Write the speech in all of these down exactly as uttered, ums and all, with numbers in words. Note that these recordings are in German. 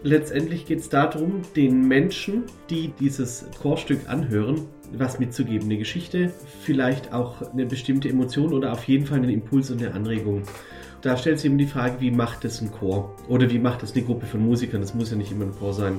letztendlich geht es darum, den Menschen, die dieses Chorstück anhören, was mitzugeben. Eine Geschichte, vielleicht auch eine bestimmte Emotion oder auf jeden Fall einen Impuls und eine Anregung. Da stellt sich eben die Frage, wie macht das ein Chor? Oder wie macht das eine Gruppe von Musikern? Das muss ja nicht immer ein Chor sein.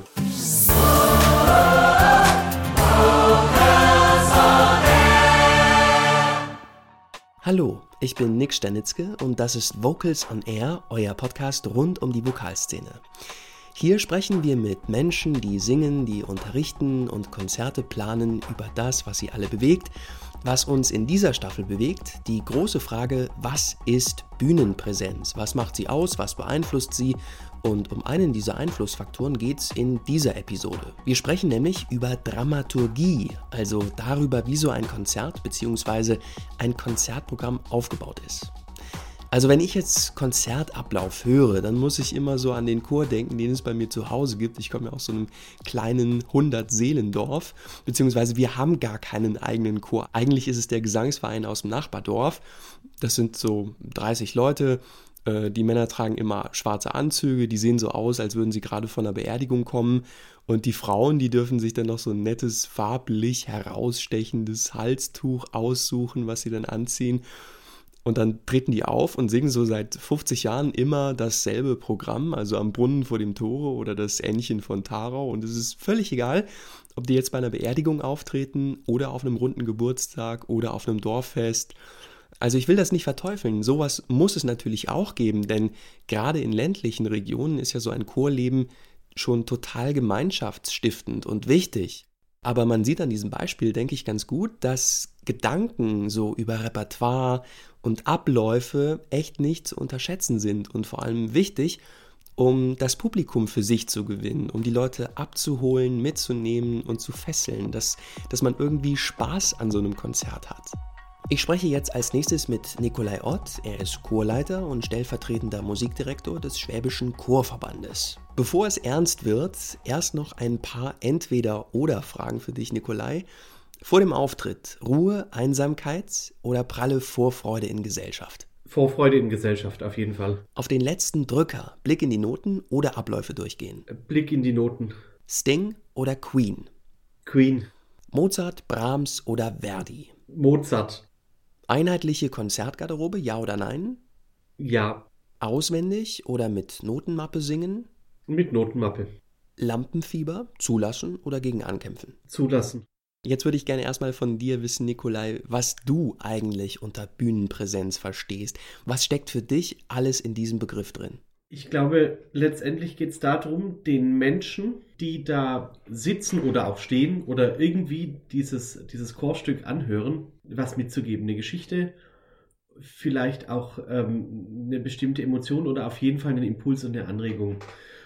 Hallo, ich bin Nick Stanitzke und das ist Vocals on Air, euer Podcast rund um die Vokalszene. Hier sprechen wir mit Menschen, die singen, die unterrichten und Konzerte planen über das, was sie alle bewegt. Was uns in dieser Staffel bewegt, die große Frage, was ist Bühnenpräsenz? Was macht sie aus? Was beeinflusst sie? Und um einen dieser Einflussfaktoren geht es in dieser Episode. Wir sprechen nämlich über Dramaturgie, also darüber, wie so ein Konzert bzw. ein Konzertprogramm aufgebaut ist. Also wenn ich jetzt Konzertablauf höre, dann muss ich immer so an den Chor denken, den es bei mir zu Hause gibt. Ich komme ja aus so einem kleinen hundert-Seelendorf, beziehungsweise wir haben gar keinen eigenen Chor. Eigentlich ist es der Gesangsverein aus dem Nachbardorf. Das sind so dreißig Leute. Die Männer tragen immer schwarze Anzüge, die sehen so aus, als würden sie gerade von einer Beerdigung kommen. Und die Frauen, die dürfen sich dann noch so ein nettes, farblich herausstechendes Halstuch aussuchen, was sie dann anziehen. Und dann treten die auf und singen so seit fünfzig Jahren immer dasselbe Programm, also Am Brunnen vor dem Tore oder das Ännchen von Tharau. Und es ist völlig egal, ob die jetzt bei einer Beerdigung auftreten oder auf einem runden Geburtstag oder auf einem Dorffest. Also ich will das nicht verteufeln, sowas muss es natürlich auch geben, denn gerade in ländlichen Regionen ist ja so ein Chorleben schon total gemeinschaftsstiftend und wichtig. Aber man sieht an diesem Beispiel, denke ich, ganz gut, dass Gedanken so über Repertoire und Abläufe echt nicht zu unterschätzen sind und vor allem wichtig, um das Publikum für sich zu gewinnen, um die Leute abzuholen, mitzunehmen und zu fesseln, dass, dass man irgendwie Spaß an so einem Konzert hat. Ich spreche jetzt als nächstes mit Nikolai Ott. Er ist Chorleiter und stellvertretender Musikdirektor des Schwäbischen Chorverbandes. Bevor es ernst wird, erst noch ein paar Entweder-oder-Fragen für dich, Nikolai. Vor dem Auftritt, Ruhe, Einsamkeit oder pralle Vorfreude in Gesellschaft? Vorfreude in Gesellschaft, auf jeden Fall. Auf den letzten Drücker, Blick in die Noten oder Abläufe durchgehen? Blick in die Noten. Sting oder Queen? Queen. Mozart, Brahms oder Verdi? Mozart. Einheitliche Konzertgarderobe, ja oder nein? Ja. Auswendig oder mit Notenmappe singen? Mit Notenmappe. Lampenfieber, zulassen oder gegen ankämpfen? Zulassen. Jetzt würde ich gerne erstmal von dir wissen, Nikolai, was du eigentlich unter Bühnenpräsenz verstehst. Was steckt für dich alles in diesem Begriff drin? Ich glaube, letztendlich geht es darum, den Menschen, die da sitzen oder auch stehen oder irgendwie dieses, dieses Chorstück anhören, was mitzugeben. Eine Geschichte, vielleicht auch ähm, eine bestimmte Emotion oder auf jeden Fall einen Impuls und eine Anregung.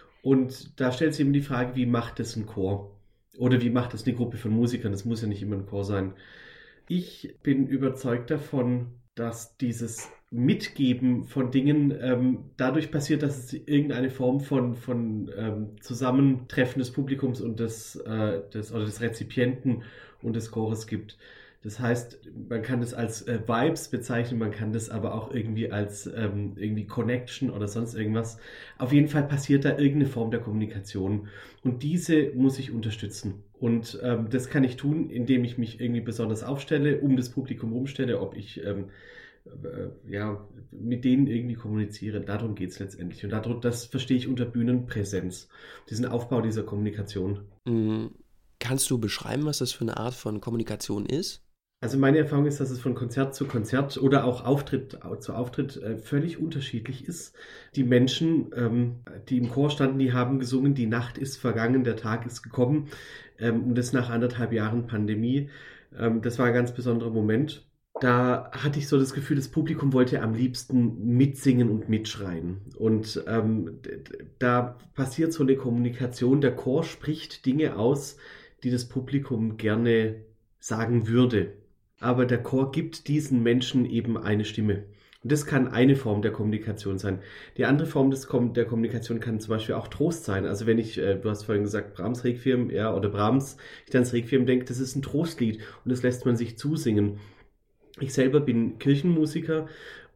Und da stellt sich eben die Frage, wie macht das ein Chor? Oder wie macht das eine Gruppe von Musikern? Das muss ja nicht immer ein Chor sein. Ich bin überzeugt davon, dass dieses Mitgeben von Dingen ähm, dadurch passiert, dass es irgendeine Form von, von ähm, Zusammentreffen des Publikums und des, äh, des, oder des Rezipienten und des Chores gibt. Das heißt, man kann das als äh, Vibes bezeichnen, man kann das aber auch irgendwie als ähm, irgendwie Connection oder sonst irgendwas. Auf jeden Fall passiert da irgendeine Form der Kommunikation und diese muss ich unterstützen. Und ähm, das kann ich tun, indem ich mich irgendwie besonders aufstelle, um das Publikum rumstelle, ob ich ähm, äh, ja, mit denen irgendwie kommuniziere. Darum geht es letztendlich. Und darum, das verstehe ich unter Bühnenpräsenz, diesen Aufbau dieser Kommunikation. Mhm. Kannst du beschreiben, was das für eine Art von Kommunikation ist? Also meine Erfahrung ist, dass es von Konzert zu Konzert oder auch Auftritt zu Auftritt äh, völlig unterschiedlich ist. Die Menschen, ähm, die im Chor standen, die haben gesungen, die Nacht ist vergangen, der Tag ist gekommen. Ähm, und das nach anderthalb Jahren Pandemie. Ähm, das war ein ganz besonderer Moment. Da hatte ich so das Gefühl, das Publikum wollte am liebsten mitsingen und mitschreien. Und ähm, da passiert so eine Kommunikation. Der Chor spricht Dinge aus, die das Publikum gerne sagen würde. Aber der Chor gibt diesen Menschen eben eine Stimme. Und das kann eine Form der Kommunikation sein. Die andere Form des Kom- der Kommunikation kann zum Beispiel auch Trost sein. Also wenn ich, äh, du hast vorhin gesagt, Brahms Requiem, ja, oder Brahms, ich dann ans Requiem denke, das ist ein Trostlied und das lässt man sich zusingen. Ich selber bin Kirchenmusiker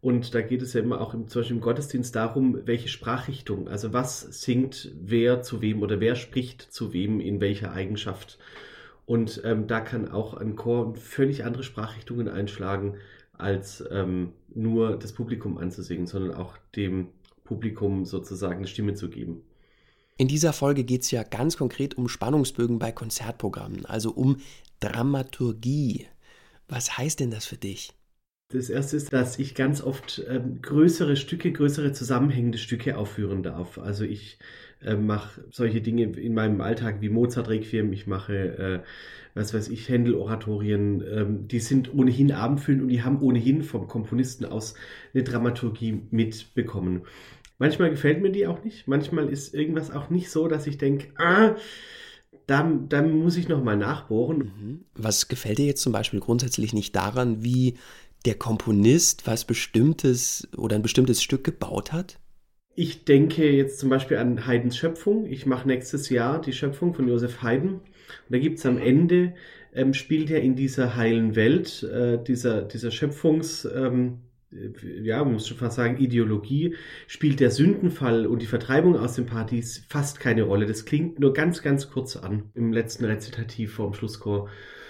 Und da geht es ja immer auch im, zum Beispiel im Gottesdienst darum, welche Sprachrichtung, also was singt wer zu wem oder wer spricht zu wem in welcher Eigenschaft. Und ähm, da kann auch ein Chor völlig andere Sprachrichtungen einschlagen, als ähm, nur das Publikum anzusingen, sondern auch dem Publikum sozusagen eine Stimme zu geben. In dieser Folge geht es ja ganz konkret um Spannungsbögen bei Konzertprogrammen, also um Dramaturgie. Was heißt denn das für dich? Das erste ist, dass ich ganz oft ähm, größere Stücke, größere zusammenhängende Stücke aufführen darf. Also ich äh, mache solche Dinge in meinem Alltag wie Mozart-Requiem, ich mache, äh, was weiß ich, Händel-Oratorien, ähm, die sind ohnehin abendfüllend und die haben ohnehin vom Komponisten aus eine Dramaturgie mitbekommen. Manchmal gefällt mir die auch nicht, manchmal ist irgendwas auch nicht so, dass ich denke, ah, da, da muss ich nochmal nachbohren. Was gefällt dir jetzt zum Beispiel grundsätzlich nicht daran, wie der Komponist was Bestimmtes oder ein bestimmtes Stück gebaut hat? Ich denke jetzt zum Beispiel an Haydns Schöpfung. Ich mache nächstes Jahr die Schöpfung von Joseph Haydn. Und da gibt es am Ende, ähm, spielt er in dieser heilen Welt, äh, dieser, dieser Schöpfungs, ähm, ja, man muss schon fast sagen, Ideologie, spielt der Sündenfall und die Vertreibung aus dem Paradies fast keine Rolle. Das klingt nur ganz, ganz kurz an im letzten Rezitativ vor dem Schlusschor.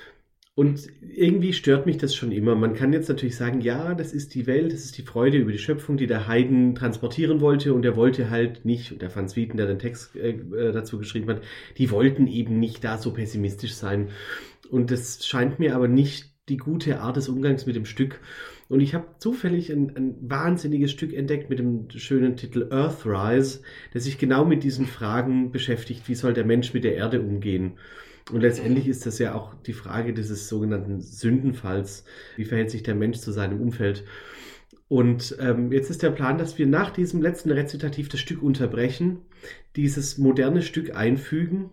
Und irgendwie stört mich das schon immer. Man kann jetzt natürlich sagen, ja, das ist die Welt, das ist die Freude über die Schöpfung, die der Haydn transportieren wollte und er wollte halt nicht, und der Franz Wieten, der den Text äh, dazu geschrieben hat, die wollten eben nicht da so pessimistisch sein. Und das scheint mir aber nicht die gute Art des Umgangs mit dem Stück. Und ich habe zufällig ein, ein wahnsinniges Stück entdeckt mit dem schönen Titel Earthrise, das sich genau mit diesen Fragen beschäftigt, wie soll der Mensch mit der Erde umgehen? Und letztendlich ist das ja auch die Frage dieses sogenannten Sündenfalls. Wie verhält sich der Mensch zu seinem Umfeld? Und ähm, jetzt ist der Plan, dass wir nach diesem letzten Rezitativ das Stück unterbrechen, dieses moderne Stück einfügen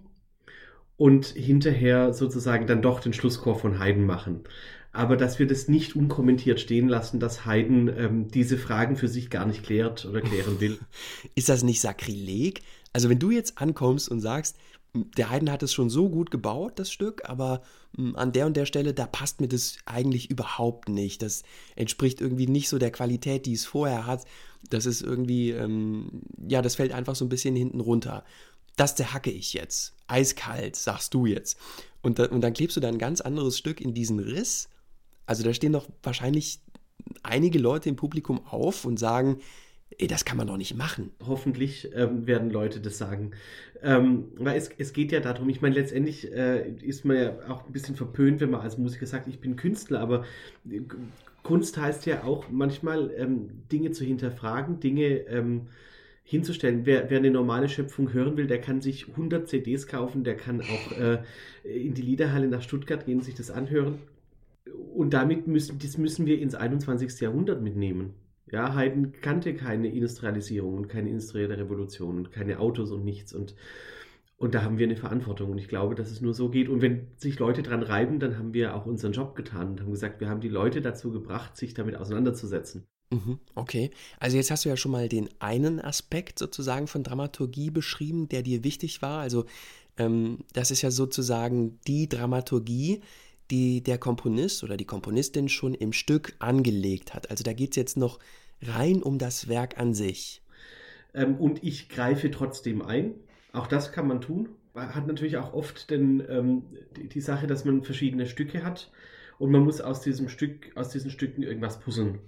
und hinterher sozusagen dann doch den Schlusschor von Haydn machen. Aber dass wir das nicht unkommentiert stehen lassen, dass Haydn ähm, diese Fragen für sich gar nicht klärt oder klären will. Ist das nicht Sakrileg? Also wenn du jetzt ankommst und sagst, der Haydn hat es schon so gut gebaut, das Stück, aber mh, an der und der Stelle, da passt mir das eigentlich überhaupt nicht. Das entspricht irgendwie nicht so der Qualität, die es vorher hat. Das ist irgendwie, ähm, ja, das fällt einfach so ein bisschen hinten runter. Das zerhacke ich jetzt. Eiskalt, sagst du jetzt. Und, da, und dann klebst du da ein ganz anderes Stück in diesen Riss. Also da stehen doch wahrscheinlich einige Leute im Publikum auf und sagen, ey, das kann man doch nicht machen. Hoffentlich ähm, werden Leute das sagen. Ähm, weil es, es geht ja darum, ich meine, letztendlich äh, ist man ja auch ein bisschen verpönt, wenn man als Musiker sagt, ich bin Künstler, aber äh, Kunst heißt ja auch manchmal ähm, Dinge zu hinterfragen, Dinge ähm, hinzustellen. Wer, wer eine normale Schöpfung hören will, der kann sich hundert C Ds kaufen, der kann auch äh, in die Liederhalle nach Stuttgart gehen und sich das anhören. Und damit müssen, das müssen wir ins einundzwanzigste Jahrhundert mitnehmen. Ja, Haydn kannte keine Industrialisierung und keine industrielle Revolution und keine Autos und nichts. Und, und da haben wir eine Verantwortung. Und ich glaube, dass es nur so geht. Und wenn sich Leute dran reiben, dann haben wir auch unseren Job getan und haben gesagt, wir haben die Leute dazu gebracht, sich damit auseinanderzusetzen. Mhm, okay. Also jetzt hast du ja schon mal den einen Aspekt sozusagen von Dramaturgie beschrieben, der dir wichtig war. Also ähm, das ist ja sozusagen die Dramaturgie, die der Komponist oder die Komponistin schon im Stück angelegt hat. Also da geht es jetzt noch rein um das Werk an sich. Ähm, und ich greife trotzdem ein. Auch das kann man tun. Man hat natürlich auch oft den, ähm, die, die Sache, dass man verschiedene Stücke hat und man muss aus diesem Stück, aus diesen Stücken irgendwas puzzeln.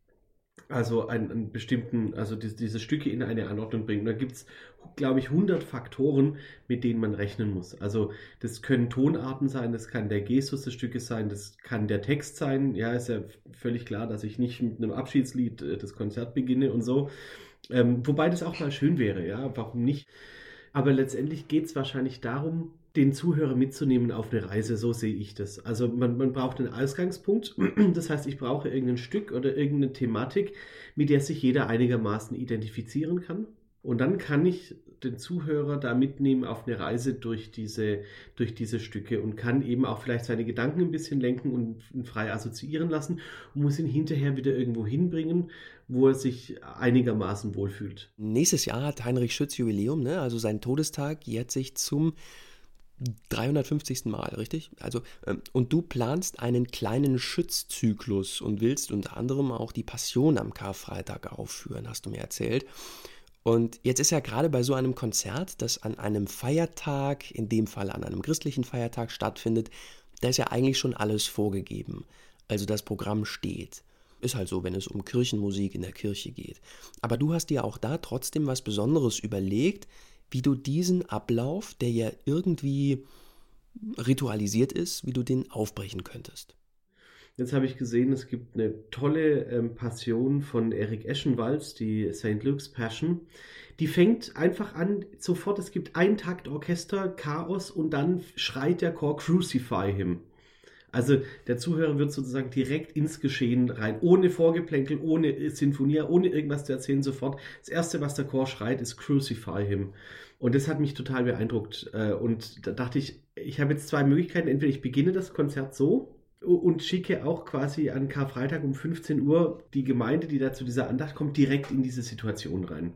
Also einen, einen bestimmten, also die, diese Stücke in eine Anordnung bringen. Da gibt es, glaube ich, hundert Faktoren, mit denen man rechnen muss. Also das können Tonarten sein, das kann der Gestus des Stückes sein, das kann der Text sein. Ja, ist ja völlig klar, dass ich nicht mit einem Abschiedslied äh, das Konzert beginne und so. Ähm, wobei das auch mal schön wäre, ja, warum nicht? Aber letztendlich geht es wahrscheinlich darum, den Zuhörer mitzunehmen auf eine Reise, so sehe ich das. Also man, man braucht einen Ausgangspunkt, das heißt, ich brauche irgendein Stück oder irgendeine Thematik, mit der sich jeder einigermaßen identifizieren kann. Und dann kann ich den Zuhörer da mitnehmen auf eine Reise durch diese, durch diese Stücke und kann eben auch vielleicht seine Gedanken ein bisschen lenken und frei assoziieren lassen und muss ihn hinterher wieder irgendwo hinbringen, wo er sich einigermaßen wohlfühlt. Nächstes Jahr hat Heinrich Schütz Jubiläum, ne? Also sein Todestag jährt sich zum dreihundertfünfzigsten Mal, richtig? Also, ähm, und du planst einen kleinen Schützzyklus und willst unter anderem auch die Passion am Karfreitag aufführen, hast du mir erzählt. Und jetzt ist ja gerade bei so einem Konzert, das an einem Feiertag, in dem Fall an einem christlichen Feiertag stattfindet, da ist ja eigentlich schon alles vorgegeben. Also das Programm steht. Ist halt so, wenn es um Kirchenmusik in der Kirche geht. Aber du hast dir auch da trotzdem was Besonderes überlegt, wie du diesen Ablauf, der ja irgendwie ritualisiert ist, wie du den aufbrechen könntest. Jetzt habe ich gesehen, es gibt eine tolle ähm, Passion von Eric Eschenwalds, die Saint Luke's Passion. Die fängt einfach an, sofort, es gibt ein Takt Orchester, Chaos und dann schreit der Chor Crucify Him. Also der Zuhörer wird sozusagen direkt ins Geschehen rein, ohne Vorgeplänkel, ohne Sinfonie, ohne irgendwas zu erzählen, sofort. Das Erste, was der Chor schreit, ist Crucify Him. Und das hat mich total beeindruckt. Und da dachte ich, ich habe jetzt zwei Möglichkeiten. Entweder ich beginne das Konzert so und schicke auch quasi an Karfreitag um fünfzehn Uhr die Gemeinde, die da zu dieser Andacht kommt, direkt in diese Situation rein.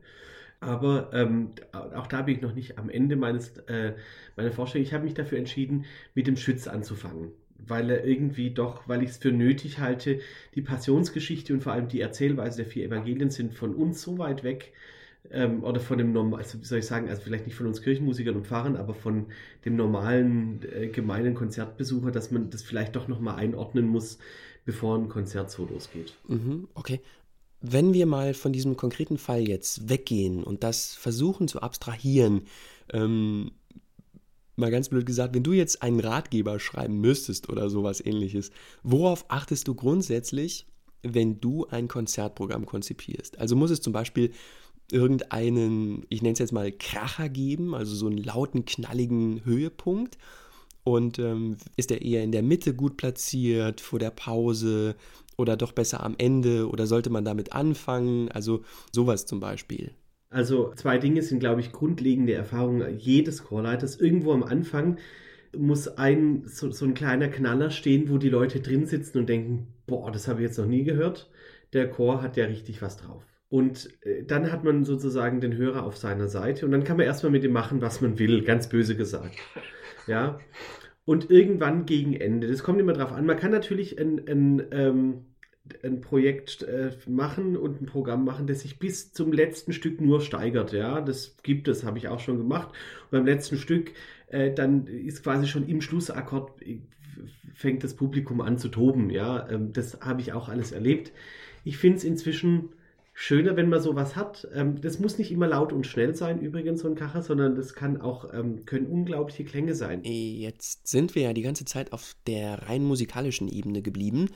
Aber ähm, auch da bin ich noch nicht am Ende meines, äh, meiner Vorstellung. Ich habe mich dafür entschieden, mit dem Schütz anzufangen, weil er irgendwie doch, weil ich es für nötig halte, die Passionsgeschichte und vor allem die Erzählweise der vier Evangelien sind von uns so weit weg, ähm, oder von dem normalen, also wie soll ich sagen, also vielleicht nicht von uns Kirchenmusikern und Pfarrern, aber von dem normalen, äh, gemeinen Konzertbesucher, dass man das vielleicht doch nochmal einordnen muss, bevor ein Konzert so losgeht. Mhm, okay. Wenn wir mal von diesem konkreten Fall jetzt weggehen und das versuchen zu abstrahieren, ähm, mal ganz blöd gesagt, wenn du jetzt einen Ratgeber schreiben müsstest oder sowas ähnliches, worauf achtest du grundsätzlich, wenn du ein Konzertprogramm konzipierst? Also muss es zum Beispiel irgendeinen, ich nenne es jetzt mal Kracher geben, also so einen lauten, knalligen Höhepunkt? Und ähm, ist der eher in der Mitte gut platziert, vor der Pause oder doch besser am Ende? Oder sollte man damit anfangen? Also sowas zum Beispiel. Also zwei Dinge sind, glaube ich, grundlegende Erfahrungen jedes Chorleiters. Irgendwo am Anfang muss ein so, so ein kleiner Knaller stehen, wo die Leute drin sitzen und denken, boah, das habe ich jetzt noch nie gehört. Der Chor hat ja richtig was drauf. Und äh, dann hat man sozusagen den Hörer auf seiner Seite und dann kann man erstmal mit ihm machen, was man will, ganz böse gesagt. Ja. Und irgendwann gegen Ende, das kommt immer drauf an, man kann natürlich ein, ein, ähm, ein Projekt äh, machen und ein Programm machen, das sich bis zum letzten Stück nur steigert. Ja, das gibt es, habe ich auch schon gemacht. Und beim letzten Stück, äh, dann ist quasi schon im Schlussakkord, äh, fängt das Publikum an zu toben. Ja, ähm, das habe ich auch alles erlebt. Ich finde es inzwischen schöner, wenn man sowas hat. Ähm, das muss nicht immer laut und schnell sein, übrigens, so ein Kracher, sondern das kann auch, ähm, können unglaubliche Klänge sein. Jetzt sind wir ja die ganze Zeit auf der rein musikalischen Ebene geblieben,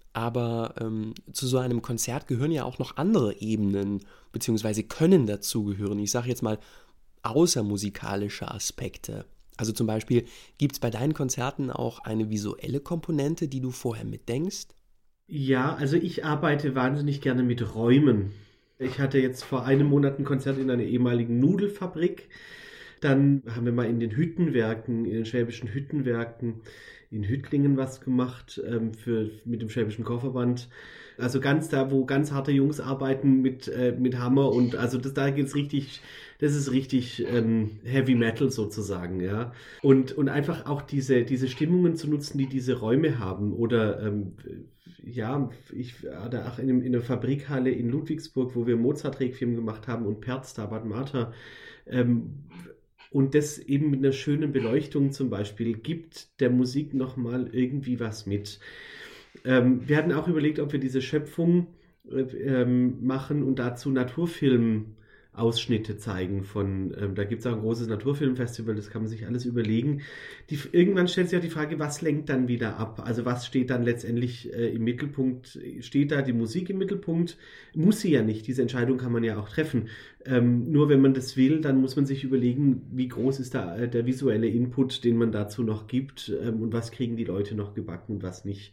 aber ähm, zu so einem Konzert gehören ja auch noch andere Ebenen, beziehungsweise können dazugehören. Ich sage jetzt mal außermusikalische Aspekte. Also zum Beispiel, gibt es bei deinen Konzerten auch eine visuelle Komponente, die du vorher mitdenkst? Ja, also ich arbeite wahnsinnig gerne mit Räumen. Ich hatte jetzt vor einem Monat ein Konzert in einer ehemaligen Nudelfabrik. Dann haben wir mal in den Hüttenwerken, in den schwäbischen Hüttenwerken in Hüttlingen was gemacht ähm, für, mit dem Schwäbischen Chorverband. Also ganz da, wo ganz harte Jungs arbeiten mit, äh, mit Hammer und also das, da geht's richtig, das ist richtig ähm, Heavy Metal sozusagen, ja. Und, und einfach auch diese, diese Stimmungen zu nutzen, die diese Räume haben oder ähm, ja, ich hatte auch in, in der Fabrikhalle in Ludwigsburg, wo wir Mozart-Requiem gemacht haben und Perz, Stabat Mater, ähm, und das eben mit einer schönen Beleuchtung zum Beispiel gibt der Musik nochmal irgendwie was mit. Ähm, wir hatten auch überlegt, ob wir diese Schöpfung äh, ähm, machen und dazu Naturfilm-Ausschnitte zeigen von, ähm, da gibt es auch ein großes Naturfilmfestival, das kann man sich alles überlegen. Die, irgendwann stellt sich auch die Frage, was lenkt dann wieder ab? Also was steht dann letztendlich äh, im Mittelpunkt? Steht da die Musik im Mittelpunkt? Muss sie ja nicht, diese Entscheidung kann man ja auch treffen. Ähm, nur wenn man das will, dann muss man sich überlegen, wie groß ist da äh, der visuelle Input, den man dazu noch gibt ähm, und was kriegen die Leute noch gebacken und was nicht.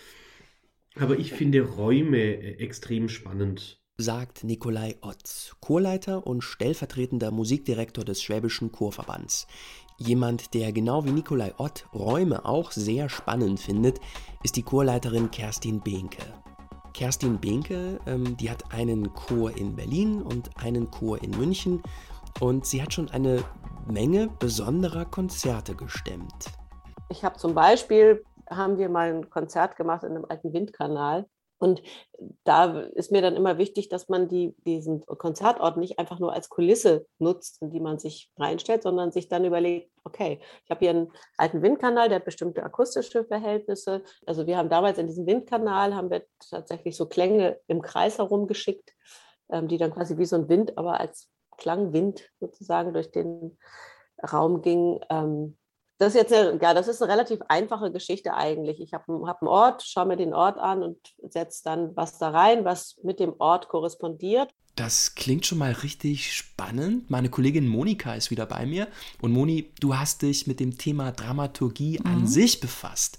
Aber ich finde Räume äh, extrem spannend. Sagt Nikolai Ott, Chorleiter und stellvertretender Musikdirektor des Schwäbischen Chorverbands. Jemand, der genau wie Nikolai Ott Räume auch sehr spannend findet, ist die Chorleiterin Kerstin Behnke. Kerstin Behnke, ähm, die hat einen Chor in Berlin und einen Chor in München und sie hat schon eine Menge besonderer Konzerte gestemmt. Ich habe zum Beispiel, haben wir mal ein Konzert gemacht in einem alten Windkanal. Und da ist mir dann immer wichtig, dass man die, diesen Konzertort nicht einfach nur als Kulisse nutzt, in die man sich reinstellt, sondern sich dann überlegt, okay, ich habe hier einen alten Windkanal, der hat bestimmte akustische Verhältnisse. Also wir haben damals in diesem Windkanal, haben wir tatsächlich so Klänge im Kreis herumgeschickt, ähm, die dann quasi wie so ein Wind, aber als Klangwind sozusagen durch den Raum ging. Ähm, Das ist jetzt eine, ja, das ist eine relativ einfache Geschichte eigentlich. Ich habe hab einen Ort, schaue mir den Ort an und setze dann was da rein, was mit dem Ort korrespondiert. Das klingt schon mal richtig spannend. Meine Kollegin Monika ist wieder bei mir. Und Moni, du hast dich mit dem Thema Dramaturgie mhm. an sich befasst.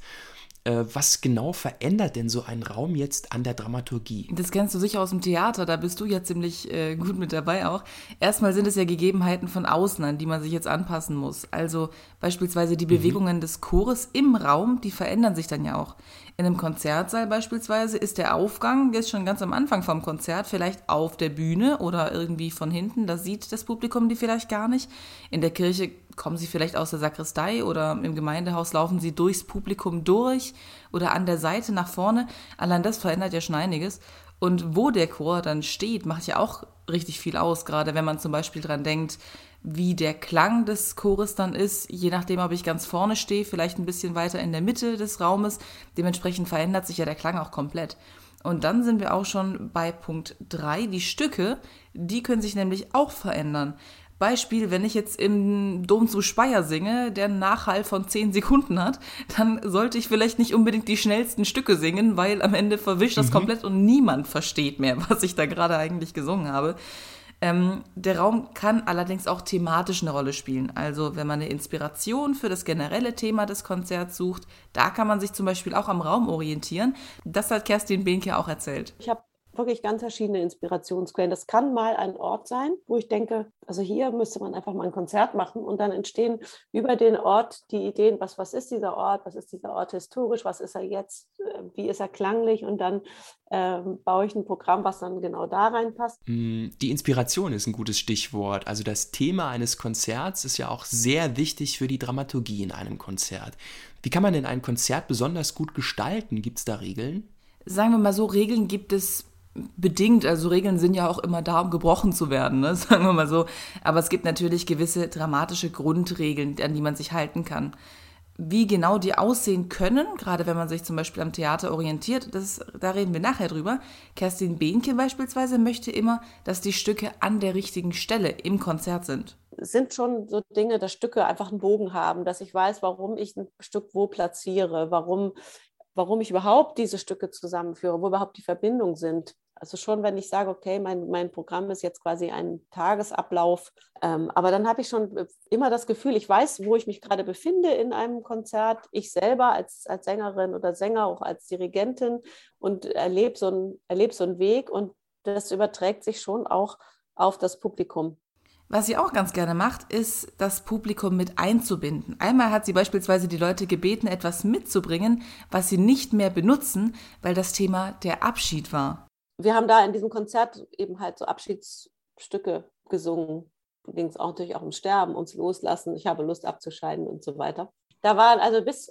Was genau verändert denn so ein Raum jetzt an der Dramaturgie? Das kennst du sicher aus dem Theater, da bist du ja ziemlich äh, gut mit dabei auch. Erstmal sind es ja Gegebenheiten von außen, an die man sich jetzt anpassen muss. Also beispielsweise die Bewegungen mhm. des Chores im Raum, die verändern sich dann ja auch. In einem Konzertsaal beispielsweise ist der Aufgang jetzt schon ganz am Anfang vom Konzert vielleicht auf der Bühne oder irgendwie von hinten, da sieht das Publikum die vielleicht gar nicht. In der Kirche kommen sie vielleicht aus der Sakristei oder im Gemeindehaus laufen sie durchs Publikum durch oder an der Seite nach vorne. Allein das verändert ja schon einiges. Und wo der Chor dann steht, macht ja auch richtig viel aus, gerade wenn man zum Beispiel dran denkt, wie der Klang des Chores dann ist, je nachdem, ob ich ganz vorne stehe, vielleicht ein bisschen weiter in der Mitte des Raumes. Dementsprechend verändert sich ja der Klang auch komplett. Und dann sind wir auch schon bei Punkt drei, die Stücke, die können sich nämlich auch verändern. Beispiel, wenn ich jetzt im Dom zu Speyer singe, der einen Nachhall von zehn Sekunden hat, dann sollte ich vielleicht nicht unbedingt die schnellsten Stücke singen, weil am Ende verwischt das mhm. komplett und niemand versteht mehr, was ich da gerade eigentlich gesungen habe. Ähm, der Raum kann allerdings auch thematisch eine Rolle spielen. Also wenn man eine Inspiration für das generelle Thema des Konzerts sucht, da kann man sich zum Beispiel auch am Raum orientieren. Das hat Kerstin Behnke auch erzählt. Ich habe wirklich ganz verschiedene Inspirationsquellen. Das kann mal ein Ort sein, wo ich denke, also hier müsste man einfach mal ein Konzert machen und dann entstehen über den Ort die Ideen, was, was ist dieser Ort, was ist dieser Ort historisch, was ist er jetzt, wie ist er klanglich und dann ähm, baue ich ein Programm, was dann genau da reinpasst. Die Inspiration ist ein gutes Stichwort. Also das Thema eines Konzerts ist ja auch sehr wichtig für die Dramaturgie in einem Konzert. Wie kann man denn ein Konzert besonders gut gestalten? Gibt es da Regeln? Sagen wir mal so, Regeln gibt es bedingt, also Regeln sind ja auch immer da, um gebrochen zu werden, ne? Sagen wir mal so. Aber es gibt natürlich gewisse dramatische Grundregeln, an die man sich halten kann. Wie genau die aussehen können, gerade wenn man sich zum Beispiel am Theater orientiert, das, da reden wir nachher drüber. Kerstin Behnke beispielsweise möchte immer, dass die Stücke an der richtigen Stelle im Konzert sind. Es sind schon so Dinge, dass Stücke einfach einen Bogen haben, dass ich weiß, warum ich ein Stück wo platziere, warum, warum ich überhaupt diese Stücke zusammenführe, wo überhaupt die Verbindungen sind. Also schon, wenn ich sage, okay, mein, mein Programm ist jetzt quasi ein Tagesablauf, ähm, aber dann habe ich schon immer das Gefühl, ich weiß, wo ich mich gerade befinde in einem Konzert, ich selber als, als Sängerin oder Sänger, auch als Dirigentin und erlebe so einen erleb so einen Weg und das überträgt sich schon auch auf das Publikum. Was sie auch ganz gerne macht, ist, das Publikum mit einzubinden. Einmal hat sie beispielsweise die Leute gebeten, etwas mitzubringen, was sie nicht mehr benutzen, weil das Thema der Abschied war. Wir haben da in diesem Konzert eben halt so Abschiedsstücke gesungen. Da ging es auch natürlich auch ums Sterben, ums Loslassen. Ich habe Lust abzuscheiden und so weiter. Da waren also bis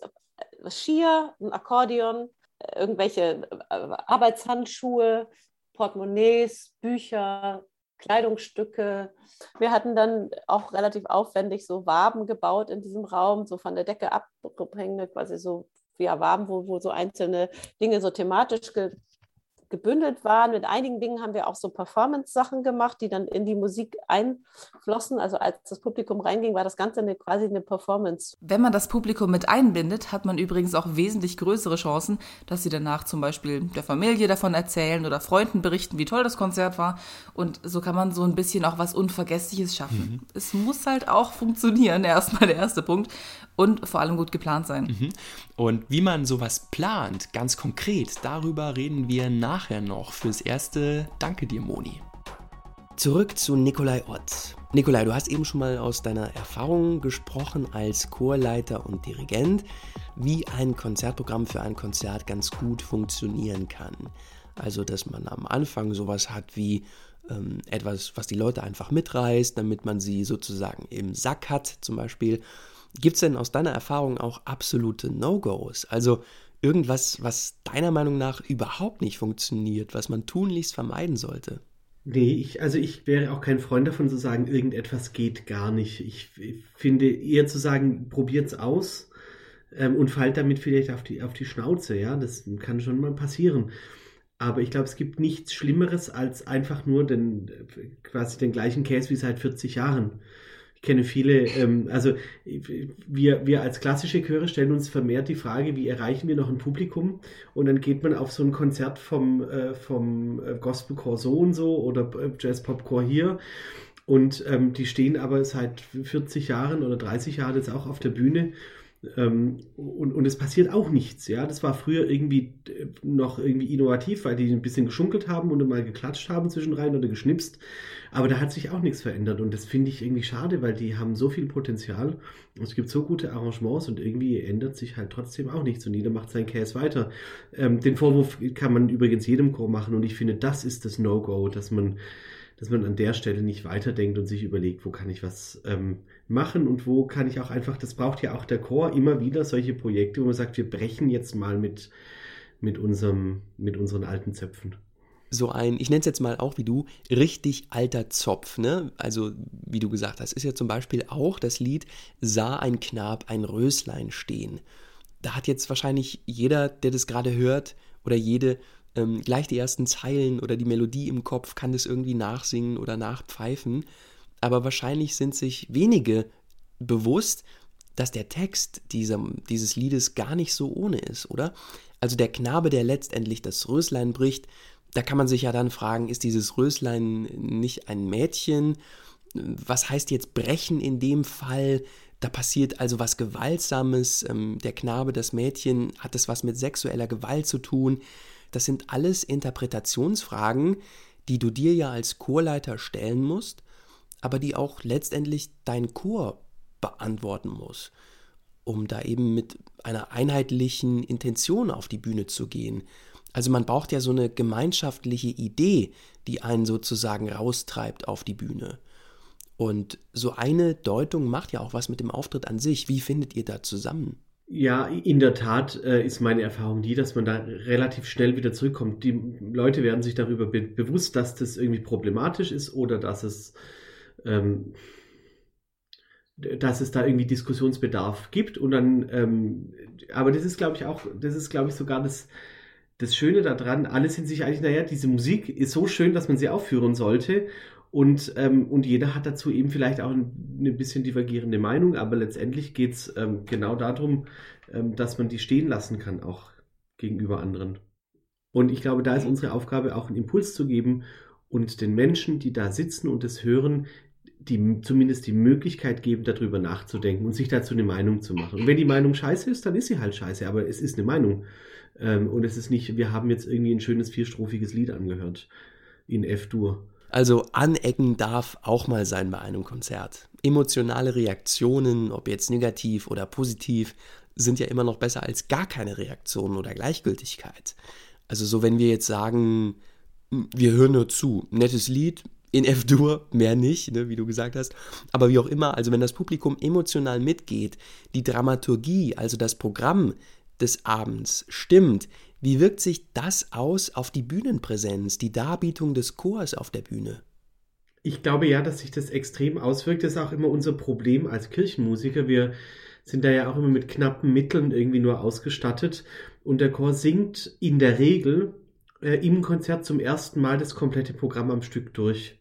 Skier, ein Akkordeon, irgendwelche Arbeitshandschuhe, Portemonnaies, Bücher, Kleidungsstücke. Wir hatten dann auch relativ aufwendig so Waben gebaut in diesem Raum, so von der Decke abhängende, quasi so ja, Waben, wo, wo so einzelne Dinge so thematisch ge gebündelt waren. Mit einigen Dingen haben wir auch so Performance-Sachen gemacht, die dann in die Musik einflossen. Also als das Publikum reinging, war das Ganze eine, quasi eine Performance. Wenn man das Publikum mit einbindet, hat man übrigens auch wesentlich größere Chancen, dass sie danach zum Beispiel der Familie davon erzählen oder Freunden berichten, wie toll das Konzert war. Und so kann man so ein bisschen auch was Unvergessliches schaffen. Mhm. Es muss halt auch funktionieren, erstmal der erste Punkt. Und vor allem gut geplant sein. Mhm. Und wie man sowas plant, ganz konkret, darüber reden wir nachher noch. Fürs Erste danke dir, Moni. Zurück zu Nikolai Ott. Nikolai, du hast eben schon mal aus deiner Erfahrung gesprochen als Chorleiter und Dirigent, wie ein Konzertprogramm für ein Konzert ganz gut funktionieren kann. Also, dass man am Anfang sowas hat wie ähm, etwas, was die Leute einfach mitreißt, damit man sie sozusagen im Sack hat zum Beispiel. Gibt es denn aus deiner Erfahrung auch absolute No-Gos? Also irgendwas, was deiner Meinung nach überhaupt nicht funktioniert, was man tunlichst vermeiden sollte? Nee, ich, also ich wäre auch kein Freund davon zu sagen, irgendetwas geht gar nicht. Ich, ich finde eher zu sagen, probiert's aus ähm, und fallt damit vielleicht auf die, auf die Schnauze. Ja, das kann schon mal passieren. Aber ich glaube, es gibt nichts Schlimmeres als einfach nur den, quasi den gleichen Käse wie seit vierzig Jahren. Ich kenne viele, ähm, also wir, wir als klassische Chöre stellen uns vermehrt die Frage, wie erreichen wir noch ein Publikum? Und dann geht man auf so ein Konzert vom, äh, vom Gospelchor so und so oder Jazz-Pop-Chor hier. Und ähm, die stehen aber seit vierzig Jahren oder dreißig Jahren jetzt auch auf der Bühne. Ähm, und, und es passiert auch nichts, ja. Das war früher irgendwie noch irgendwie innovativ, weil die ein bisschen geschunkelt haben und mal geklatscht haben zwischenrein oder geschnipst. Aber da hat sich auch nichts verändert und das finde ich irgendwie schade, weil die haben so viel Potenzial und es gibt so gute Arrangements und irgendwie ändert sich halt trotzdem auch nichts und jeder macht seinen Käse weiter. Ähm, den Vorwurf kann man übrigens jedem Chor machen und ich finde, das ist das No-Go, dass man dass man an der Stelle nicht weiterdenkt und sich überlegt, wo kann ich was ähm, machen und wo kann ich auch einfach, das braucht ja auch der Chor immer wieder solche Projekte, wo man sagt, wir brechen jetzt mal mit, mit, unserem, mit unseren alten Zöpfen. So ein, ich nenne es jetzt mal auch wie du, richtig alter Zopf, ne? Also wie du gesagt hast, ist ja zum Beispiel auch das Lied Sah ein Knab ein Röslein stehen. Da hat jetzt wahrscheinlich jeder, der das gerade hört oder jede, Ähm, gleich die ersten Zeilen oder die Melodie im Kopf, kann das irgendwie nachsingen oder nachpfeifen. Aber wahrscheinlich sind sich wenige bewusst, dass der Text dieser, dieses Liedes gar nicht so ohne ist, oder? Also der Knabe, der letztendlich das Röslein bricht, da kann man sich ja dann fragen, ist dieses Röslein nicht ein Mädchen? Was heißt jetzt brechen in dem Fall? Da passiert also was Gewaltsames. Ähm, der Knabe, das Mädchen, hat das was mit sexueller Gewalt zu tun? Das sind alles Interpretationsfragen, die du dir ja als Chorleiter stellen musst, aber die auch letztendlich dein Chor beantworten muss, um da eben mit einer einheitlichen Intention auf die Bühne zu gehen. Also man braucht ja so eine gemeinschaftliche Idee, die einen sozusagen raustreibt auf die Bühne. Und so eine Deutung macht ja auch was mit dem Auftritt an sich. Wie findet ihr da zusammen? Ja, in der Tat äh, ist meine Erfahrung die, dass man da relativ schnell wieder zurückkommt. Die Leute werden sich darüber be- bewusst, dass das irgendwie problematisch ist oder dass es, ähm, dass es da irgendwie Diskussionsbedarf gibt. Und dann, ähm, aber das ist, glaube ich, auch, das ist, glaube ich, sogar das, das Schöne daran. Alle sind sich eigentlich, naja, diese Musik ist so schön, dass man sie aufführen sollte. Und, ähm, und jeder hat dazu eben vielleicht auch ein, eine bisschen divergierende Meinung, aber letztendlich geht es ähm, genau darum, ähm, dass man die stehen lassen kann, auch gegenüber anderen. Und ich glaube, da ist unsere Aufgabe, auch einen Impuls zu geben und den Menschen, die da sitzen und das hören, die zumindest die Möglichkeit geben, darüber nachzudenken und sich dazu eine Meinung zu machen. Und wenn die Meinung scheiße ist, dann ist sie halt scheiße, aber es ist eine Meinung. Ähm, und es ist nicht, wir haben jetzt irgendwie ein schönes vierstrophiges Lied angehört in F-Dur. Also anecken darf auch mal sein bei einem Konzert. Emotionale Reaktionen, ob jetzt negativ oder positiv, sind ja immer noch besser als gar keine Reaktionen oder Gleichgültigkeit. Also so, wenn wir jetzt sagen, wir hören nur zu, nettes Lied, in F-Dur, mehr nicht, ne, wie du gesagt hast, aber wie auch immer, also wenn das Publikum emotional mitgeht, die Dramaturgie, also das Programm des Abends stimmt, wie wirkt sich das aus auf die Bühnenpräsenz, die Darbietung des Chors auf der Bühne? Ich glaube ja, dass sich das extrem auswirkt. Das ist auch immer unser Problem als Kirchenmusiker. Wir sind da ja auch immer mit knappen Mitteln irgendwie nur ausgestattet. Und der Chor singt in der Regel äh, im Konzert zum ersten Mal das komplette Programm am Stück durch.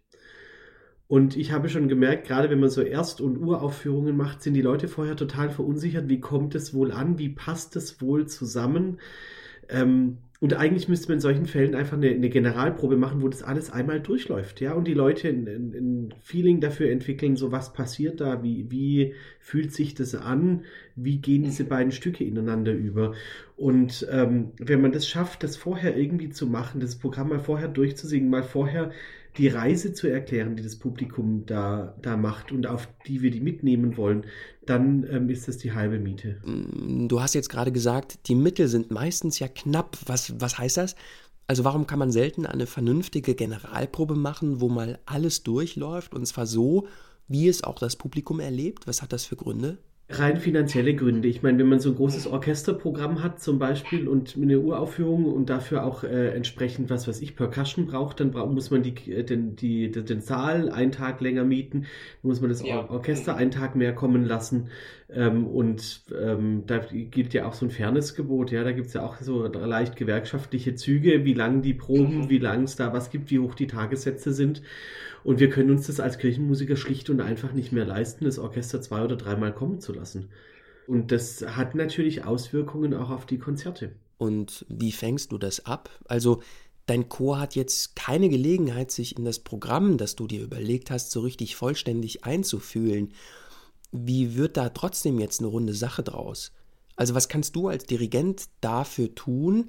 Und ich habe schon gemerkt, gerade wenn man so Erst- und Uraufführungen macht, sind die Leute vorher total verunsichert. Wie kommt es wohl an? Wie passt es wohl zusammen? Ähm, und eigentlich müsste man in solchen Fällen einfach eine, eine Generalprobe machen, wo das alles einmal durchläuft, ja, und die Leute ein, ein Feeling dafür entwickeln, so was passiert da, wie, wie fühlt sich das an, wie gehen diese beiden Stücke ineinander über. Und ähm, wenn man das schafft, das vorher irgendwie zu machen, das Programm mal vorher durchzusingen, mal vorher die Reise zu erklären, die das Publikum da, da macht und auf die wir die mitnehmen wollen, dann ähm, ist das die halbe Miete. Du hast jetzt gerade gesagt, die Mittel sind meistens ja knapp. Was, was heißt das? Also warum kann man selten eine vernünftige Generalprobe machen, wo mal alles durchläuft und zwar so, wie es auch das Publikum erlebt? Was hat das für Gründe? Rein finanzielle Gründe. Ich meine, wenn man so ein großes Orchesterprogramm hat zum Beispiel und eine Uraufführung und dafür auch äh, entsprechend, was weiß ich, Percussion braucht, dann bra- muss man die, den, die, den Saal einen Tag länger mieten, dann muss man das Ja. Or- Orchester einen Tag mehr kommen lassen ähm, und ähm, da gilt ja auch so ein Fairnessgebot, ja, da gibt es ja auch so leicht gewerkschaftliche Züge, wie lang die Proben, Mhm. wie lang es da was gibt, wie hoch die Tagessätze sind. Und wir können uns das als Kirchenmusiker schlicht und einfach nicht mehr leisten, das Orchester zwei- oder dreimal kommen zu lassen. Und das hat natürlich Auswirkungen auch auf die Konzerte. Und wie fängst du das ab? Also dein Chor hat jetzt keine Gelegenheit, sich in das Programm, das du dir überlegt hast, so richtig vollständig einzufühlen. Wie wird da trotzdem jetzt eine runde Sache draus? Also was kannst du als Dirigent dafür tun,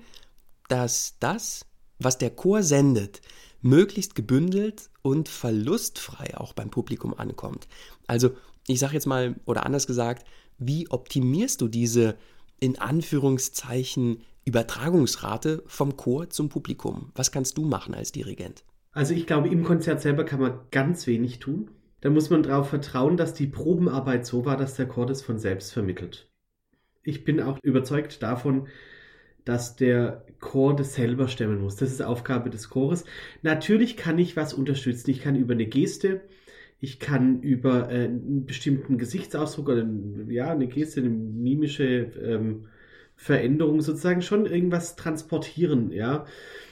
dass das, was der Chor sendet, möglichst gebündelt und verlustfrei auch beim Publikum ankommt? Also ich sage jetzt mal, oder anders gesagt, wie optimierst du diese in Anführungszeichen Übertragungsrate vom Chor zum Publikum? Was kannst du machen als Dirigent? Also ich glaube, im Konzert selber kann man ganz wenig tun. Da muss man darauf vertrauen, dass die Probenarbeit so war, dass der Chor das von selbst vermittelt. Ich bin auch überzeugt davon, dass der Chor das selber stemmen muss. Das ist Aufgabe des Chores. Natürlich kann ich was unterstützen. Ich kann über eine Geste, ich kann über äh, einen bestimmten Gesichtsausdruck oder ja, eine Geste, eine mimische ähm, Veränderung sozusagen schon irgendwas transportieren, ja.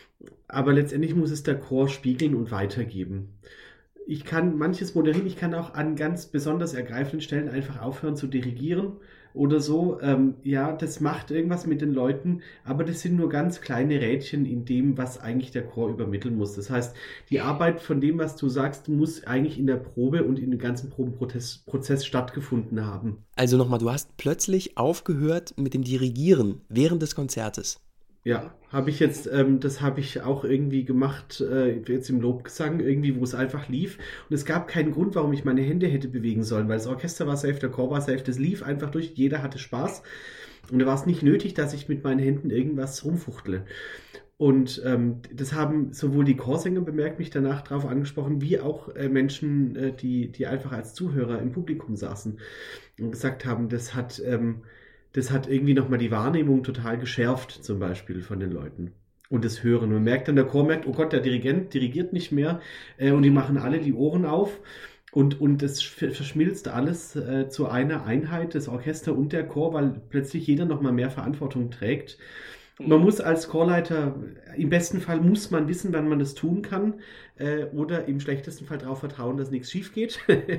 Aber letztendlich muss es der Chor spiegeln und weitergeben. Ich kann manches moderieren, ich kann auch an ganz besonders ergreifenden Stellen einfach aufhören zu dirigieren oder so. Ähm, ja, das macht irgendwas mit den Leuten, aber das sind nur ganz kleine Rädchen in dem, was eigentlich der Chor übermitteln muss. Das heißt, die Arbeit von dem, was du sagst, muss eigentlich in der Probe und in dem ganzen Probenprozess Prozess stattgefunden haben. Also nochmal, du hast plötzlich aufgehört mit dem Dirigieren während des Konzertes. Ja, habe ich jetzt, ähm, das habe ich auch irgendwie gemacht, äh, jetzt im Lobgesang, irgendwie, wo es einfach lief. Und es gab keinen Grund, warum ich meine Hände hätte bewegen sollen, weil das Orchester war safe, der Chor war safe, das lief einfach durch, jeder hatte Spaß. Und da war es nicht nötig, dass ich mit meinen Händen irgendwas rumfuchtle. Und ähm, das haben sowohl die Chorsänger bemerkt, mich danach darauf angesprochen, wie auch äh, Menschen, äh, die, die einfach als Zuhörer im Publikum saßen und gesagt haben, das hat... Ähm, Das hat irgendwie nochmal die Wahrnehmung total geschärft, zum Beispiel von den Leuten. Und das Hören. Man merkt dann, der Chor merkt, oh Gott, der Dirigent dirigiert nicht mehr. Äh, und die machen alle die Ohren auf. Und, und es verschmilzt alles äh, zu einer Einheit, das Orchester und der Chor, weil plötzlich jeder nochmal mehr Verantwortung trägt. Man muss als Chorleiter, im besten Fall muss man wissen, wann man das tun kann. Äh, oder im schlechtesten Fall darauf vertrauen, dass nichts schief geht.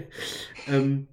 ähm,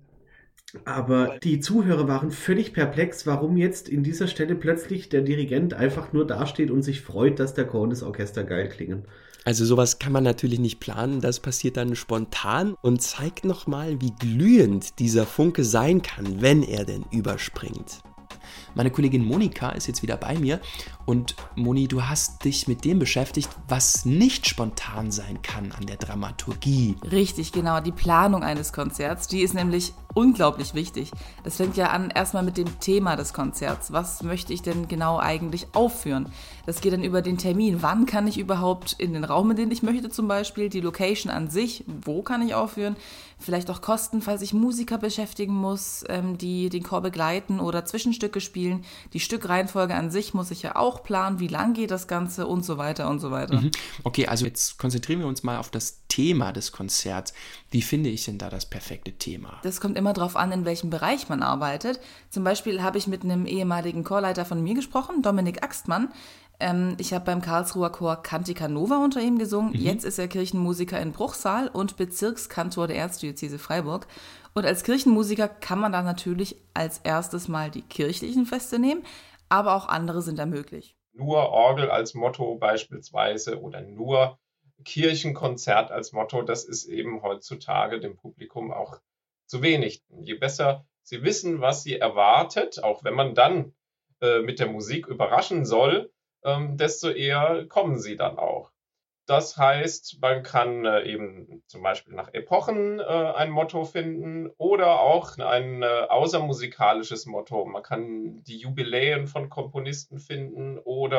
Aber die Zuhörer waren völlig perplex, warum jetzt in dieser Stelle plötzlich der Dirigent einfach nur dasteht und sich freut, dass der Chor und das Orchester geil klingen. Also sowas kann man natürlich nicht planen, das passiert dann spontan und zeigt nochmal, wie glühend dieser Funke sein kann, wenn er denn überspringt. Meine Kollegin Monika ist jetzt wieder bei mir und Moni, du hast dich mit dem beschäftigt, was nicht spontan sein kann an der Dramaturgie. Richtig, genau. Die Planung eines Konzerts, die ist nämlich unglaublich wichtig. Das fängt ja an erstmal mit dem Thema des Konzerts. Was möchte ich denn genau eigentlich aufführen? Das geht dann über den Termin. Wann kann ich überhaupt in den Raum, in den ich möchte zum Beispiel? Die Location an sich, wo kann ich aufführen? Vielleicht auch Kosten, falls ich Musiker beschäftigen muss, ähm, die den Chor begleiten oder Zwischenstücke spielen. Die Stückreihenfolge an sich muss ich ja auch planen. Wie lang geht das Ganze und so weiter und so weiter. Mhm. Okay, also jetzt konzentrieren wir uns mal auf das Thema des Konzerts. Wie finde ich denn da das perfekte Thema? Das kommt immer darauf an, in welchem Bereich man arbeitet. Zum Beispiel habe ich mit einem ehemaligen Chorleiter von mir gesprochen, Dominik Axtmann. Ähm, ich habe beim Karlsruher Chor Cantica Nova unter ihm gesungen. Mhm. Jetzt ist er Kirchenmusiker in Bruchsal und Bezirkskantor der Erzdiözese Freiburg. Und als Kirchenmusiker kann man da natürlich als erstes mal die kirchlichen Feste nehmen, aber auch andere sind da möglich. Nur Orgel als Motto beispielsweise oder nur Kirchenkonzert als Motto, das ist eben heutzutage dem Publikum auch zu wenig. Je besser sie wissen, was sie erwartet, auch wenn man dann äh, mit der Musik überraschen soll, ähm, desto eher kommen sie dann auch. Das heißt, man kann äh, eben zum Beispiel nach Epochen äh, ein Motto finden oder auch ein äh, außermusikalisches Motto. Man kann die Jubiläen von Komponisten finden oder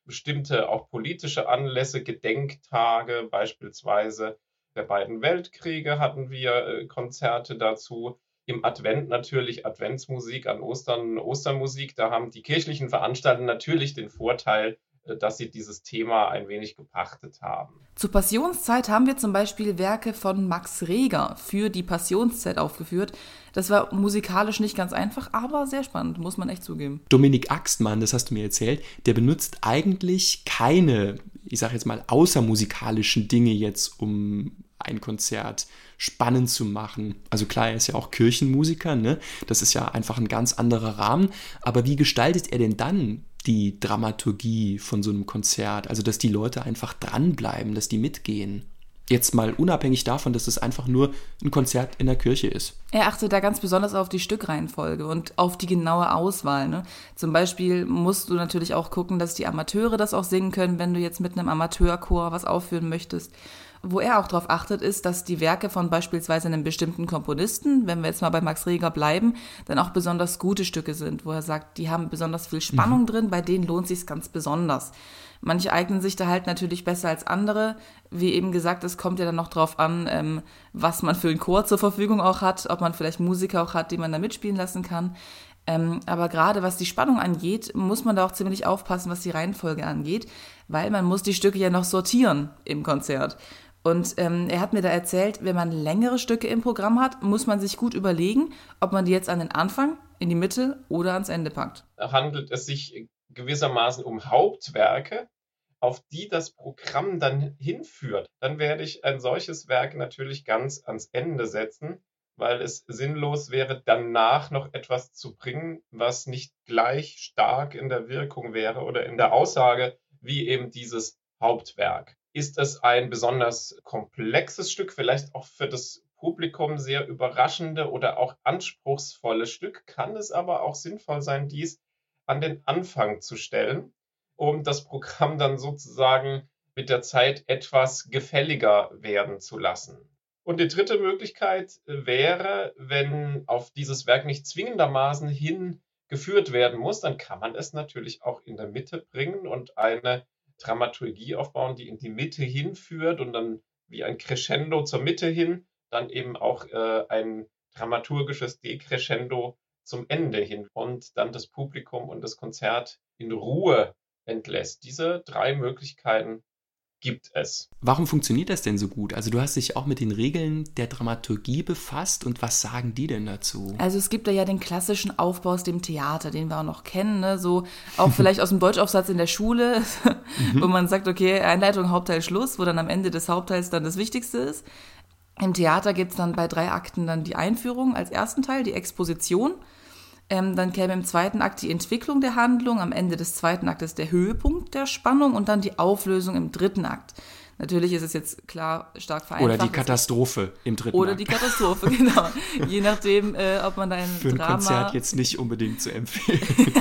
bestimmte auch politische Anlässe, Gedenktage beispielsweise der beiden Weltkriege hatten wir äh, Konzerte dazu. Im Advent natürlich Adventsmusik, an Ostern Ostermusik. Da haben die kirchlichen Veranstalter natürlich den Vorteil, dass sie dieses Thema ein wenig gepachtet haben. Zur Passionszeit haben wir zum Beispiel Werke von Max Reger für die Passionszeit aufgeführt. Das war musikalisch nicht ganz einfach, aber sehr spannend, muss man echt zugeben. Dominik Axtmann, das hast du mir erzählt, der benutzt eigentlich keine, ich sage jetzt mal, außermusikalischen Dinge jetzt, um ein Konzert spannend zu machen. Also klar, er ist ja auch Kirchenmusiker, ne? Das ist ja einfach ein ganz anderer Rahmen. Aber wie gestaltet er denn dann die Dramaturgie von so einem Konzert? Also, dass die Leute einfach dranbleiben, dass die mitgehen. Jetzt mal unabhängig davon, dass es einfach nur ein Konzert in der Kirche ist. Er achtet da ganz besonders auf die Stückreihenfolge und auf die genaue Auswahl. Ne? Zum Beispiel musst du natürlich auch gucken, dass die Amateure das auch singen können, wenn du jetzt mit einem Amateurchor was aufführen möchtest. Wo er auch darauf achtet, ist, dass die Werke von beispielsweise einem bestimmten Komponisten, wenn wir jetzt mal bei Max Reger bleiben, dann auch besonders gute Stücke sind, wo er sagt, die haben besonders viel Spannung mhm. drin, bei denen lohnt sich's ganz besonders. Manche eignen sich da halt natürlich besser als andere. Wie eben gesagt, es kommt ja dann noch drauf an, ähm, was man für einen Chor zur Verfügung auch hat, ob man vielleicht Musiker auch hat, die man da mitspielen lassen kann. Ähm, aber gerade was die Spannung angeht, muss man da auch ziemlich aufpassen, was die Reihenfolge angeht, weil man muss die Stücke ja noch sortieren im Konzert. Und ähm, er hat mir da erzählt, wenn man längere Stücke im Programm hat, muss man sich gut überlegen, ob man die jetzt an den Anfang, in die Mitte oder ans Ende packt. Handelt es sich gewissermaßen um Hauptwerke, auf die das Programm dann hinführt, dann werde ich ein solches Werk natürlich ganz ans Ende setzen, weil es sinnlos wäre, danach noch etwas zu bringen, was nicht gleich stark in der Wirkung wäre oder in der Aussage wie eben dieses Hauptwerk. Ist es ein besonders komplexes Stück, vielleicht auch für das Publikum sehr überraschende oder auch anspruchsvolle Stück, kann es aber auch sinnvoll sein, dies an den Anfang zu stellen, um das Programm dann sozusagen mit der Zeit etwas gefälliger werden zu lassen. Und die dritte Möglichkeit wäre, wenn auf dieses Werk nicht zwingendermaßen hingeführt werden muss, dann kann man es natürlich auch in der Mitte bringen und eine Dramaturgie aufbauen, die in die Mitte hinführt und dann wie ein Crescendo zur Mitte hin, dann eben auch äh, ein dramaturgisches Decrescendo zum Ende hin und dann das Publikum und das Konzert in Ruhe entlässt. Diese drei Möglichkeiten gibt es. Warum funktioniert das denn so gut? Also du hast dich auch mit den Regeln der Dramaturgie befasst und was sagen die denn dazu? Also es gibt da ja den klassischen Aufbau aus dem Theater, den wir auch noch kennen, ne? So auch vielleicht aus dem Deutschaufsatz in der Schule, mhm. wo man sagt, okay, Einleitung, Hauptteil, Schluss, wo dann am Ende des Hauptteils dann das Wichtigste ist. Im Theater gibt es dann bei drei Akten dann die Einführung als ersten Teil, die Exposition. Ähm, dann käme im zweiten Akt die Entwicklung der Handlung, am Ende des zweiten Aktes der Höhepunkt der Spannung und dann die Auflösung im dritten Akt. Natürlich ist es jetzt klar stark vereinfacht. Oder die Katastrophe im dritten Oder Akt. die Katastrophe, genau. Je nachdem, äh, ob man da ein Für ein Drama... Konzert jetzt nicht unbedingt zu empfehlen.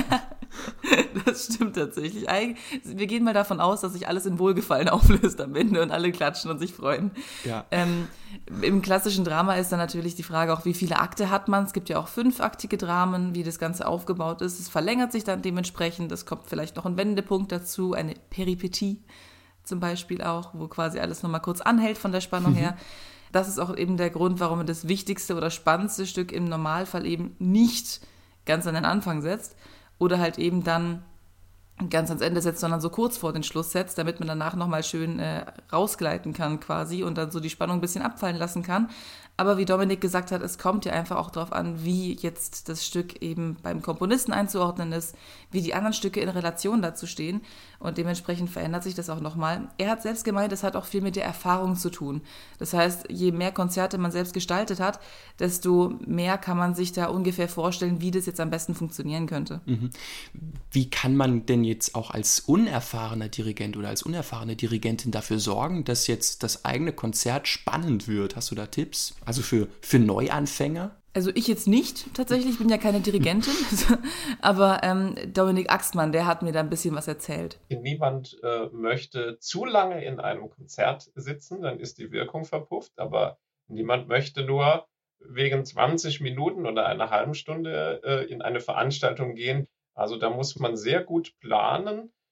Das stimmt tatsächlich. Wir gehen mal davon aus, dass sich alles in Wohlgefallen auflöst am Ende und alle klatschen und sich freuen. Ja. Ähm, im klassischen Drama ist dann natürlich die Frage auch, wie viele Akte hat man. Es gibt ja auch fünfaktige Dramen, wie das Ganze aufgebaut ist. Es verlängert sich dann dementsprechend. Es kommt vielleicht noch ein Wendepunkt dazu, eine Peripetie zum Beispiel auch, wo quasi alles nochmal kurz anhält von der Spannung mhm. her. Das ist auch eben der Grund, warum man das wichtigste oder spannendste Stück im Normalfall eben nicht ganz an den Anfang setzt oder halt eben dann ganz ans Ende setzt, sondern so kurz vor den Schluss setzt, damit man danach nochmal schön äh, rausgleiten kann quasi und dann so die Spannung ein bisschen abfallen lassen kann. Aber wie Dominik gesagt hat, es kommt ja einfach auch darauf an, wie jetzt das Stück eben beim Komponisten einzuordnen ist, wie die anderen Stücke in Relation dazu stehen und dementsprechend verändert sich das auch nochmal. Er hat selbst gemeint, es hat auch viel mit der Erfahrung zu tun. Das heißt, je mehr Konzerte man selbst gestaltet hat, desto mehr kann man sich da ungefähr vorstellen, wie das jetzt am besten funktionieren könnte. Mhm. Wie kann man denn jetzt auch als unerfahrener Dirigent oder als unerfahrene Dirigentin dafür sorgen, dass jetzt das eigene Konzert spannend wird? Hast du da Tipps? Also für, für Neuanfänger? Also ich jetzt nicht, tatsächlich, ich bin ja keine Dirigentin, aber ähm, Dominik Axtmann, der hat mir da ein bisschen was erzählt. Niemand äh, möchte zu lange in einem Konzert sitzen, dann ist die Wirkung verpufft, aber niemand möchte nur wegen zwanzig Minuten oder einer halben Stunde äh, in eine Veranstaltung gehen. Also da muss man sehr gut planen,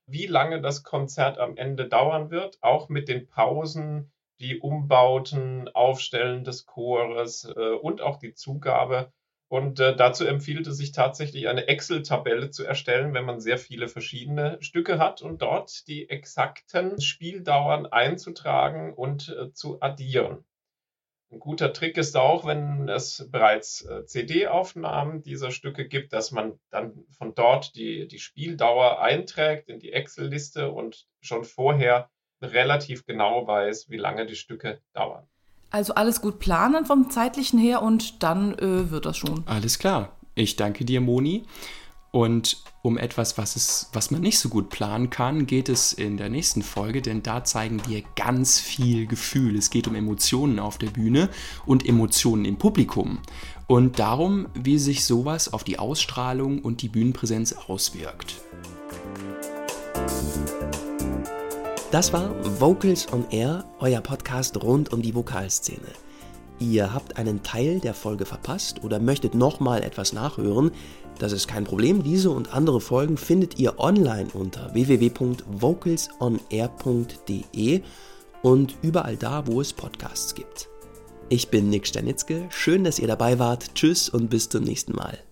wie lange das Konzert am Ende dauern wird, auch mit den Pausen, die Umbauten, Aufstellen des Chores äh, und auch die Zugabe. Und äh, dazu empfiehlt es sich tatsächlich, eine Excel-Tabelle zu erstellen, wenn man sehr viele verschiedene Stücke hat und dort die exakten Spieldauern einzutragen und äh, zu addieren. Ein guter Trick ist auch, wenn es bereits äh, C D-Aufnahmen dieser Stücke gibt, dass man dann von dort die, die Spieldauer einträgt in die Excel-Liste und schon vorher relativ genau weiß, wie lange die Stücke dauern. Also alles gut planen vom zeitlichen her und dann äh, wird das schon. Alles klar. Ich danke dir, Moni. Und um etwas, was, es, was man nicht so gut planen kann, geht es in der nächsten Folge, denn da zeigen wir ganz viel Gefühl. Es geht um Emotionen auf der Bühne und Emotionen im Publikum. Und darum, wie sich sowas auf die Ausstrahlung und die Bühnenpräsenz auswirkt. Das war Vocals on Air, euer Podcast rund um die Vokalszene. Ihr habt einen Teil der Folge verpasst oder möchtet nochmal etwas nachhören, das ist kein Problem. Diese und andere Folgen findet ihr online unter w w w punkt vocals on air punkt d e und überall da, wo es Podcasts gibt. Ich bin Nick Sternitzke, schön, dass ihr dabei wart. Tschüss und bis zum nächsten Mal.